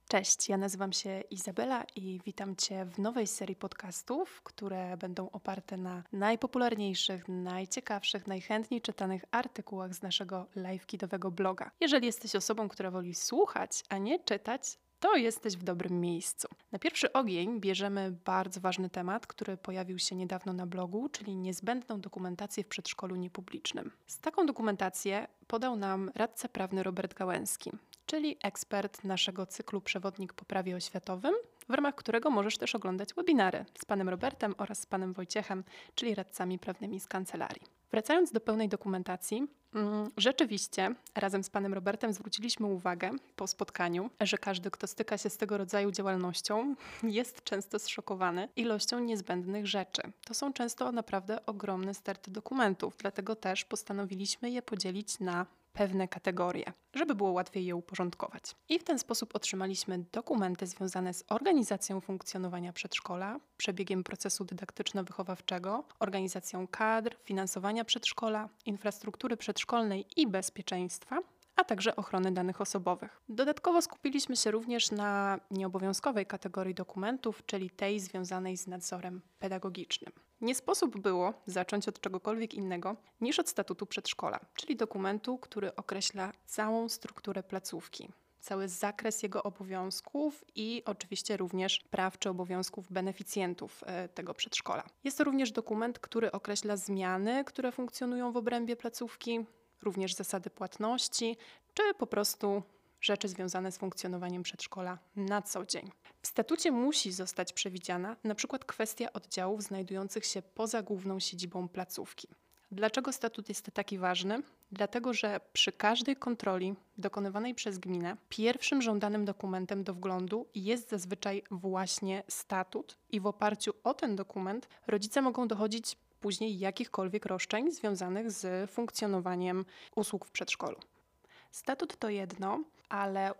Cześć, ja nazywam się Izabela i witam Cię w nowej serii podcastów, które będą oparte na najpopularniejszych, najciekawszych, najchętniej czytanych artykułach z naszego live-kidowego bloga. Jeżeli jesteś osobą, która woli słuchać, a nie czytać, to jesteś w dobrym miejscu. Na pierwszy ogień bierzemy bardzo ważny temat, który pojawił się niedawno na blogu, czyli niezbędną dokumentację w przedszkolu niepublicznym. Z taką dokumentację podał nam radca prawny Robert Gałęski, czyli ekspert naszego cyklu Przewodnik po prawie oświatowym, w ramach którego możesz też oglądać webinary z panem Robertem oraz z panem Wojciechem, czyli radcami prawnymi z kancelarii. Wracając do pełnej dokumentacji, rzeczywiście razem z panem Robertem zwróciliśmy uwagę po spotkaniu, że każdy, kto styka się z tego rodzaju działalnością, jest często zszokowany ilością niezbędnych rzeczy. To są często naprawdę ogromne sterty dokumentów, dlatego też postanowiliśmy je podzielić na pewne kategorie, żeby było łatwiej je uporządkować. I w ten sposób otrzymaliśmy dokumenty związane z organizacją funkcjonowania przedszkola, przebiegiem procesu dydaktyczno-wychowawczego, organizacją kadr, finansowania przedszkola, infrastruktury przedszkolnej i bezpieczeństwa, a także ochrony danych osobowych. Dodatkowo skupiliśmy się również na nieobowiązkowej kategorii dokumentów, czyli tej związanej z nadzorem pedagogicznym. Nie sposób było zacząć od czegokolwiek innego niż od statutu przedszkola, czyli dokumentu, który określa całą strukturę placówki, cały zakres jego obowiązków i oczywiście również praw czy obowiązków beneficjentów tego przedszkola. Jest to również dokument, który określa zmiany, które funkcjonują w obrębie placówki, również zasady płatności, czy po prostu rzeczy związane z funkcjonowaniem przedszkola na co dzień. W statucie musi zostać przewidziana na przykład kwestia oddziałów znajdujących się poza główną siedzibą placówki. Dlaczego statut jest taki ważny? Dlatego, że przy każdej kontroli dokonywanej przez gminę pierwszym żądanym dokumentem do wglądu jest zazwyczaj właśnie statut i w oparciu o ten dokument rodzice mogą dochodzić później jakichkolwiek roszczeń związanych z funkcjonowaniem usług w przedszkolu. Statut to jedno, ale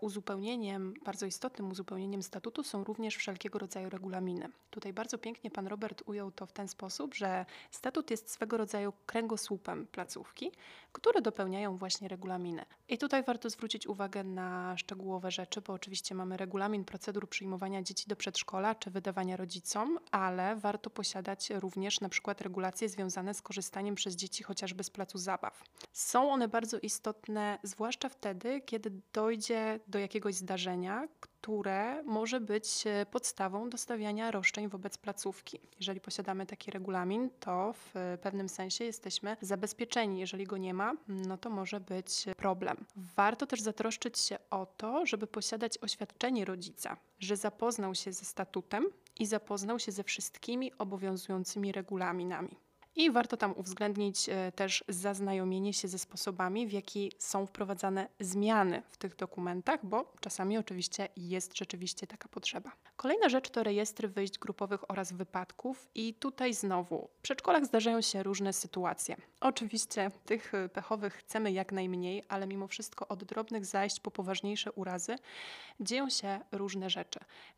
bardzo istotnym uzupełnieniem statutu są również wszelkiego rodzaju regulaminy. Tutaj bardzo pięknie pan Robert ujął to w ten sposób, że statut jest swego rodzaju kręgosłupem placówki, które dopełniają właśnie regulaminy. I tutaj warto zwrócić uwagę na szczegółowe rzeczy, bo oczywiście mamy regulamin procedur przyjmowania dzieci do przedszkola czy wydawania rodzicom, ale warto posiadać również na przykład regulacje związane z korzystaniem przez dzieci chociażby z placu zabaw. Są one bardzo istotne, zwłaszcza wtedy, kiedy dojdzie do jakiegoś zdarzenia, które może być podstawą do stawiania roszczeń wobec placówki. Jeżeli posiadamy taki regulamin, to w pewnym sensie jesteśmy zabezpieczeni. Jeżeli go nie ma, no to może być problem. Warto też zatroszczyć się o to, żeby posiadać oświadczenie rodzica, że zapoznał się ze statutem i zapoznał się ze wszystkimi obowiązującymi regulaminami. I warto tam uwzględnić też zaznajomienie się ze sposobami, w jaki są wprowadzane zmiany w tych dokumentach, bo czasami oczywiście jest rzeczywiście taka potrzeba. Kolejna rzecz to rejestry wyjść grupowych oraz wypadków i tutaj znowu w przedszkolach zdarzają się różne sytuacje. Oczywiście tych pechowych chcemy jak najmniej, ale mimo wszystko od drobnych zajść po poważniejsze urazy dzieją się różne rzeczy.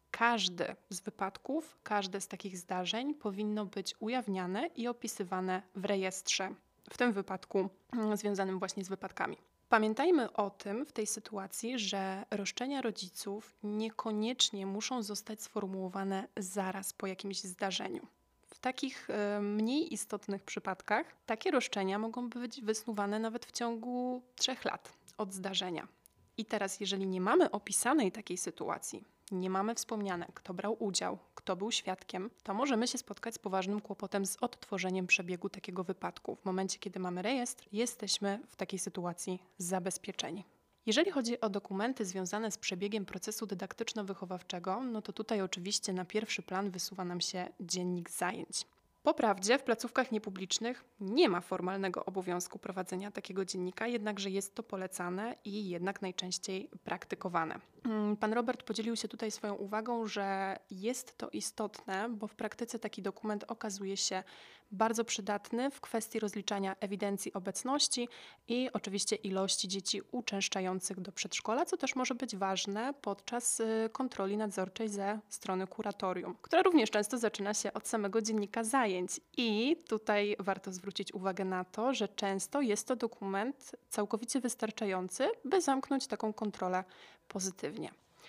Każdy z wypadków, każde z takich zdarzeń powinno być ujawniane i opisywane w rejestrze, w tym wypadku związanym właśnie z wypadkami. Pamiętajmy o tym w tej sytuacji, że roszczenia rodziców niekoniecznie muszą zostać sformułowane zaraz po jakimś zdarzeniu. W takich mniej istotnych przypadkach takie roszczenia mogą być wysnuwane nawet w ciągu 3 lat od zdarzenia. I teraz, jeżeli nie mamy opisanej takiej sytuacji, nie mamy wspomniane, kto brał udział, kto był świadkiem, to możemy się spotkać z poważnym kłopotem z odtworzeniem przebiegu takiego wypadku. W momencie, kiedy mamy rejestr, jesteśmy w takiej sytuacji zabezpieczeni. Jeżeli chodzi o dokumenty związane z przebiegiem procesu dydaktyczno-wychowawczego, no to tutaj oczywiście na pierwszy plan wysuwa nam się dziennik zajęć. Po prawdzie w placówkach niepublicznych nie ma formalnego obowiązku prowadzenia takiego dziennika, jednakże jest to polecane i jednak najczęściej praktykowane. Pan Robert podzielił się tutaj swoją uwagą, że jest to istotne, bo w praktyce taki dokument okazuje się bardzo przydatny w kwestii rozliczania ewidencji obecności i oczywiście ilości dzieci uczęszczających do przedszkola, co też może być ważne podczas kontroli nadzorczej ze strony kuratorium, która również często zaczyna się od samego dziennika zajęć. I tutaj warto zwrócić uwagę na to, że często jest to dokument całkowicie wystarczający, by zamknąć taką kontrolę pozytywnie.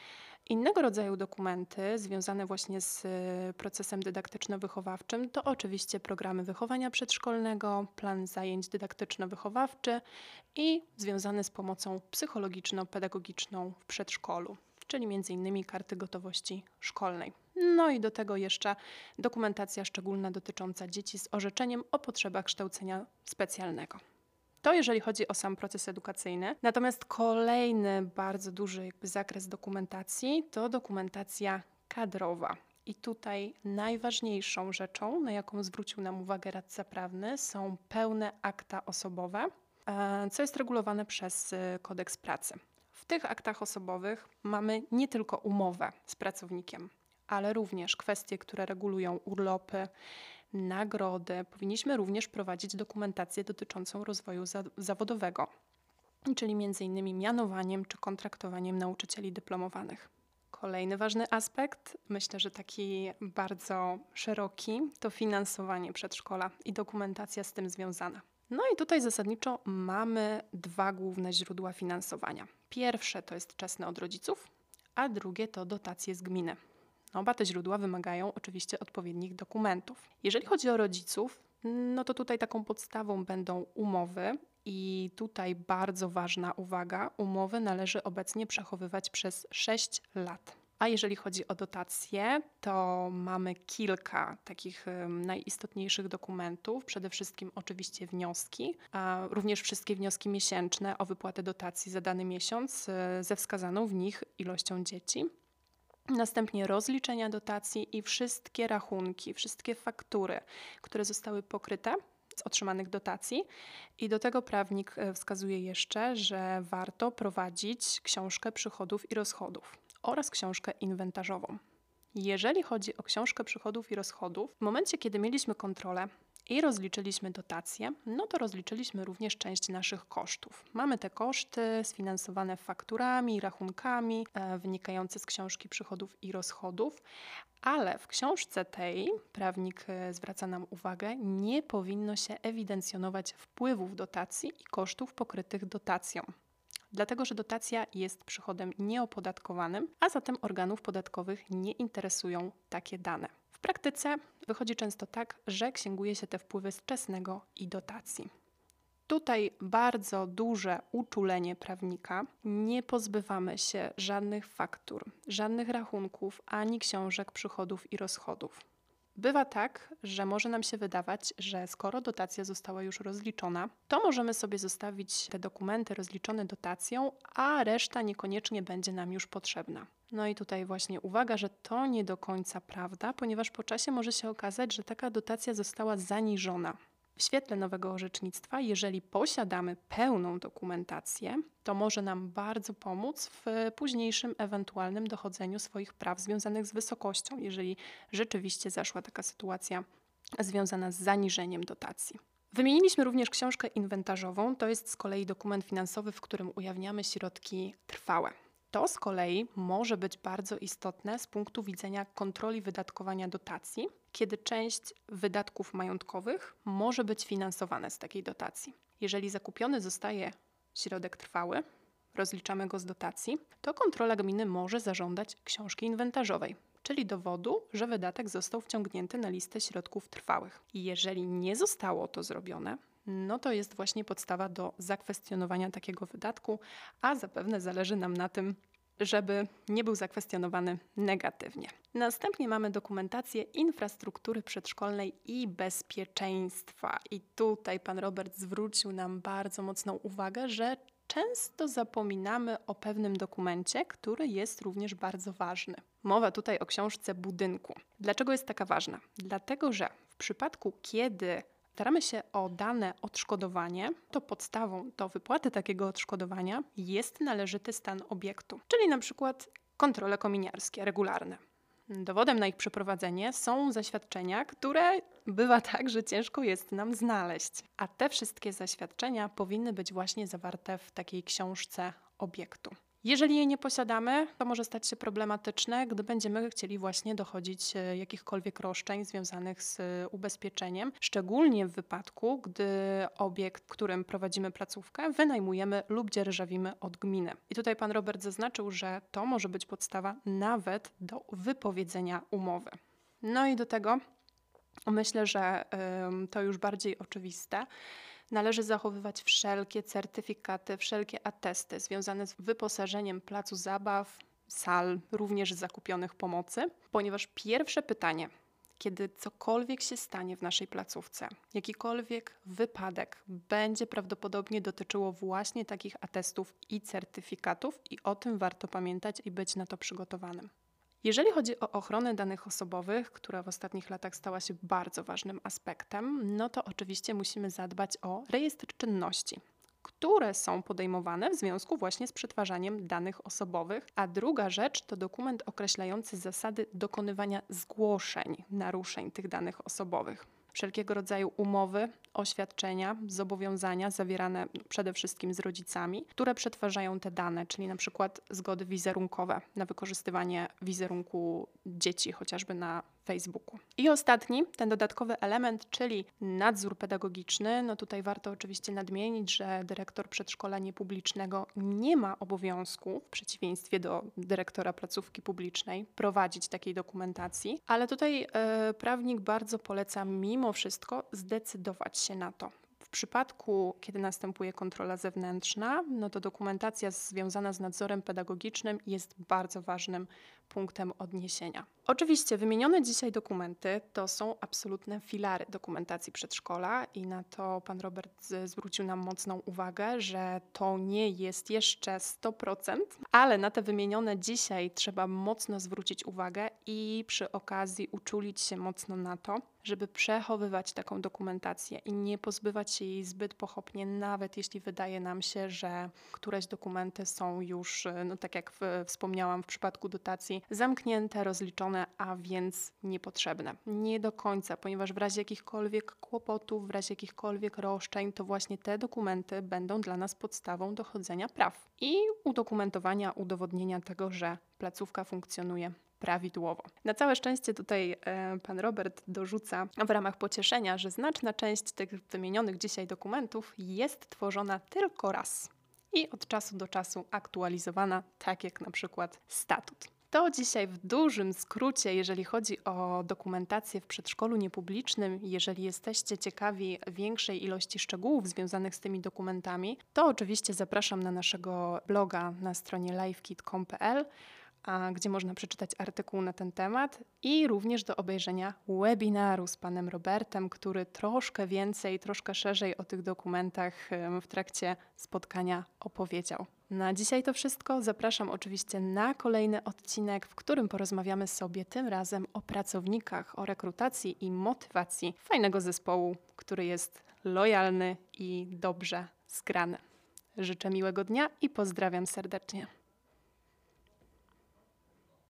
Innego rodzaju dokumenty związane właśnie z procesem dydaktyczno-wychowawczym to oczywiście programy wychowania przedszkolnego, plan zajęć dydaktyczno-wychowawczy i związane z pomocą psychologiczno-pedagogiczną w przedszkolu, czyli m.in. karty gotowości szkolnej. No i do tego jeszcze dokumentacja szczególna dotycząca dzieci z orzeczeniem o potrzebach kształcenia specjalnego. To jeżeli chodzi o sam proces edukacyjny. Natomiast kolejny bardzo duży zakres dokumentacji to dokumentacja kadrowa. I tutaj najważniejszą rzeczą, na jaką zwrócił nam uwagę radca prawny, są pełne akta osobowe, co jest regulowane przez Kodeks pracy. W tych aktach osobowych mamy nie tylko umowę z pracownikiem, ale również kwestie, które regulują urlopy, nagrody. Powinniśmy również prowadzić dokumentację dotyczącą rozwoju zawodowego, czyli m.in. mianowaniem czy kontraktowaniem nauczycieli dyplomowanych. Kolejny ważny aspekt, myślę, że taki bardzo szeroki, to finansowanie przedszkola i dokumentacja z tym związana. No i tutaj zasadniczo mamy dwa główne źródła finansowania. Pierwsze to jest wczesne od rodziców, a drugie to dotacje z gminy. Oba te źródła wymagają oczywiście odpowiednich dokumentów. Jeżeli chodzi o rodziców, no to tutaj taką podstawą będą umowy i tutaj bardzo ważna uwaga, umowy należy obecnie przechowywać przez 6 lat. A jeżeli chodzi o dotacje, to mamy kilka takich najistotniejszych dokumentów. Przede wszystkim oczywiście wnioski, a również wszystkie wnioski miesięczne o wypłatę dotacji za dany miesiąc ze wskazaną w nich ilością dzieci. Następnie rozliczenia dotacji i wszystkie rachunki, wszystkie faktury, które zostały pokryte z otrzymanych dotacji. I do tego prawnik wskazuje jeszcze, że warto prowadzić książkę przychodów i rozchodów oraz książkę inwentarzową. Jeżeli chodzi o książkę przychodów i rozchodów, w momencie, kiedy mieliśmy kontrolę i rozliczyliśmy dotacje, no to rozliczyliśmy również część naszych kosztów. Mamy te koszty sfinansowane fakturami, rachunkami, wynikające z książki przychodów i rozchodów, ale w książce tej, prawnik zwraca nam uwagę, nie powinno się ewidencjonować wpływów dotacji i kosztów pokrytych dotacją. Dlatego, że dotacja jest przychodem nieopodatkowanym, a zatem organów podatkowych nie interesują takie dane. W praktyce wychodzi często tak, że księguje się te wpływy z czesnego i dotacji. Tutaj bardzo duże uczulenie prawnika. Nie pozbywamy się żadnych faktur, żadnych rachunków, ani książek przychodów i rozchodów. Bywa tak, że może nam się wydawać, że skoro dotacja została już rozliczona, to możemy sobie zostawić te dokumenty rozliczone dotacją, a reszta niekoniecznie będzie nam już potrzebna. No i tutaj właśnie uwaga, że to nie do końca prawda, ponieważ po czasie może się okazać, że taka dotacja została zaniżona. W świetle nowego orzecznictwa, jeżeli posiadamy pełną dokumentację, to może nam bardzo pomóc w późniejszym ewentualnym dochodzeniu swoich praw związanych z wysokością, jeżeli rzeczywiście zaszła taka sytuacja związana z zaniżeniem dotacji. Wymieniliśmy również książkę inwentarzową, to jest z kolei dokument finansowy, w którym ujawniamy środki trwałe. To z kolei może być bardzo istotne z punktu widzenia kontroli wydatkowania dotacji, kiedy część wydatków majątkowych może być finansowana z takiej dotacji. Jeżeli zakupiony zostaje środek trwały, rozliczamy go z dotacji, to kontrola gminy może zażądać książki inwentarzowej, czyli dowodu, że wydatek został wciągnięty na listę środków trwałych. I jeżeli nie zostało to zrobione, no to jest właśnie podstawa do zakwestionowania takiego wydatku, a zapewne zależy nam na tym, żeby nie był zakwestionowany negatywnie. Następnie mamy dokumentację infrastruktury przedszkolnej i bezpieczeństwa. I tutaj pan Robert zwrócił nam bardzo mocną uwagę, że często zapominamy o pewnym dokumencie, który jest również bardzo ważny. Mowa tutaj o książce budynku. Dlaczego jest taka ważna? Dlatego, że w przypadku, kiedy staramy się o dane odszkodowanie, to podstawą do wypłaty takiego odszkodowania jest należyty stan obiektu, czyli na przykład kontrole kominiarskie regularne. Dowodem na ich przeprowadzenie są zaświadczenia, które bywa tak, że ciężko jest nam znaleźć. A te wszystkie zaświadczenia powinny być właśnie zawarte w takiej książce obiektu. Jeżeli jej nie posiadamy, to może stać się problematyczne, gdy będziemy chcieli właśnie dochodzić jakichkolwiek roszczeń związanych z ubezpieczeniem, szczególnie w wypadku, gdy obiekt, w którym prowadzimy placówkę, wynajmujemy lub dzierżawimy od gminy. I tutaj pan Robert zaznaczył, że to może być podstawa nawet do wypowiedzenia umowy. No i do tego myślę, że to już bardziej oczywiste. Należy zachowywać wszelkie certyfikaty, wszelkie atesty związane z wyposażeniem placu zabaw, sal, również zakupionych pomocy, ponieważ pierwsze pytanie, kiedy cokolwiek się stanie w naszej placówce, jakikolwiek wypadek będzie prawdopodobnie dotyczyło właśnie takich atestów i certyfikatów i o tym warto pamiętać i być na to przygotowanym. Jeżeli chodzi o ochronę danych osobowych, która w ostatnich latach stała się bardzo ważnym aspektem, no to oczywiście musimy zadbać o rejestr czynności, które są podejmowane w związku właśnie z przetwarzaniem danych osobowych, a druga rzecz to dokument określający zasady dokonywania zgłoszeń naruszeń tych danych osobowych. Wszelkiego rodzaju umowy, oświadczenia, zobowiązania zawierane przede wszystkim z rodzicami, które przetwarzają te dane, czyli na przykład zgody wizerunkowe na wykorzystywanie wizerunku dzieci chociażby na Facebooku. I ostatni, ten dodatkowy element, czyli nadzór pedagogiczny. No tutaj warto oczywiście nadmienić, że dyrektor przedszkola niepublicznego nie ma obowiązku, w przeciwieństwie do dyrektora placówki publicznej, prowadzić takiej dokumentacji, ale tutaj prawnik bardzo poleca mimo wszystko zdecydować się na to. W przypadku, kiedy następuje kontrola zewnętrzna, no to dokumentacja związana z nadzorem pedagogicznym jest bardzo ważnym punktem odniesienia. Oczywiście wymienione dzisiaj dokumenty to są absolutne filary dokumentacji przedszkola i na to pan Robert zwrócił nam mocną uwagę, że to nie jest jeszcze 100%, ale na te wymienione dzisiaj trzeba mocno zwrócić uwagę i przy okazji uczulić się mocno na to, żeby przechowywać taką dokumentację i nie pozbywać się jej zbyt pochopnie, nawet jeśli wydaje nam się, że któreś dokumenty są już, no tak jak wspomniałam w przypadku dotacji, zamknięte, rozliczone, a więc niepotrzebne. Nie do końca, ponieważ w razie jakichkolwiek kłopotów, w razie jakichkolwiek roszczeń, to właśnie te dokumenty będą dla nas podstawą dochodzenia praw i udokumentowania, udowodnienia tego, że placówka funkcjonuje prawidłowo. Na całe szczęście tutaj pan Robert dorzuca w ramach pocieszenia, że znaczna część tych wymienionych dzisiaj dokumentów jest tworzona tylko raz i od czasu do czasu aktualizowana, tak jak na przykład statut. To dzisiaj w dużym skrócie, jeżeli chodzi o dokumentację w przedszkolu niepublicznym. Jeżeli jesteście ciekawi większej ilości szczegółów związanych z tymi dokumentami, to oczywiście zapraszam na naszego bloga na stronie livekit.com.pl, gdzie można przeczytać artykuł na ten temat i również do obejrzenia webinaru z panem Robertem, który troszkę więcej, troszkę szerzej o tych dokumentach w trakcie spotkania opowiedział. Na dzisiaj to wszystko. Zapraszam oczywiście na kolejny odcinek, w którym porozmawiamy sobie tym razem o pracownikach, o rekrutacji i motywacji fajnego zespołu, który jest lojalny i dobrze zgrany. Życzę miłego dnia i pozdrawiam serdecznie.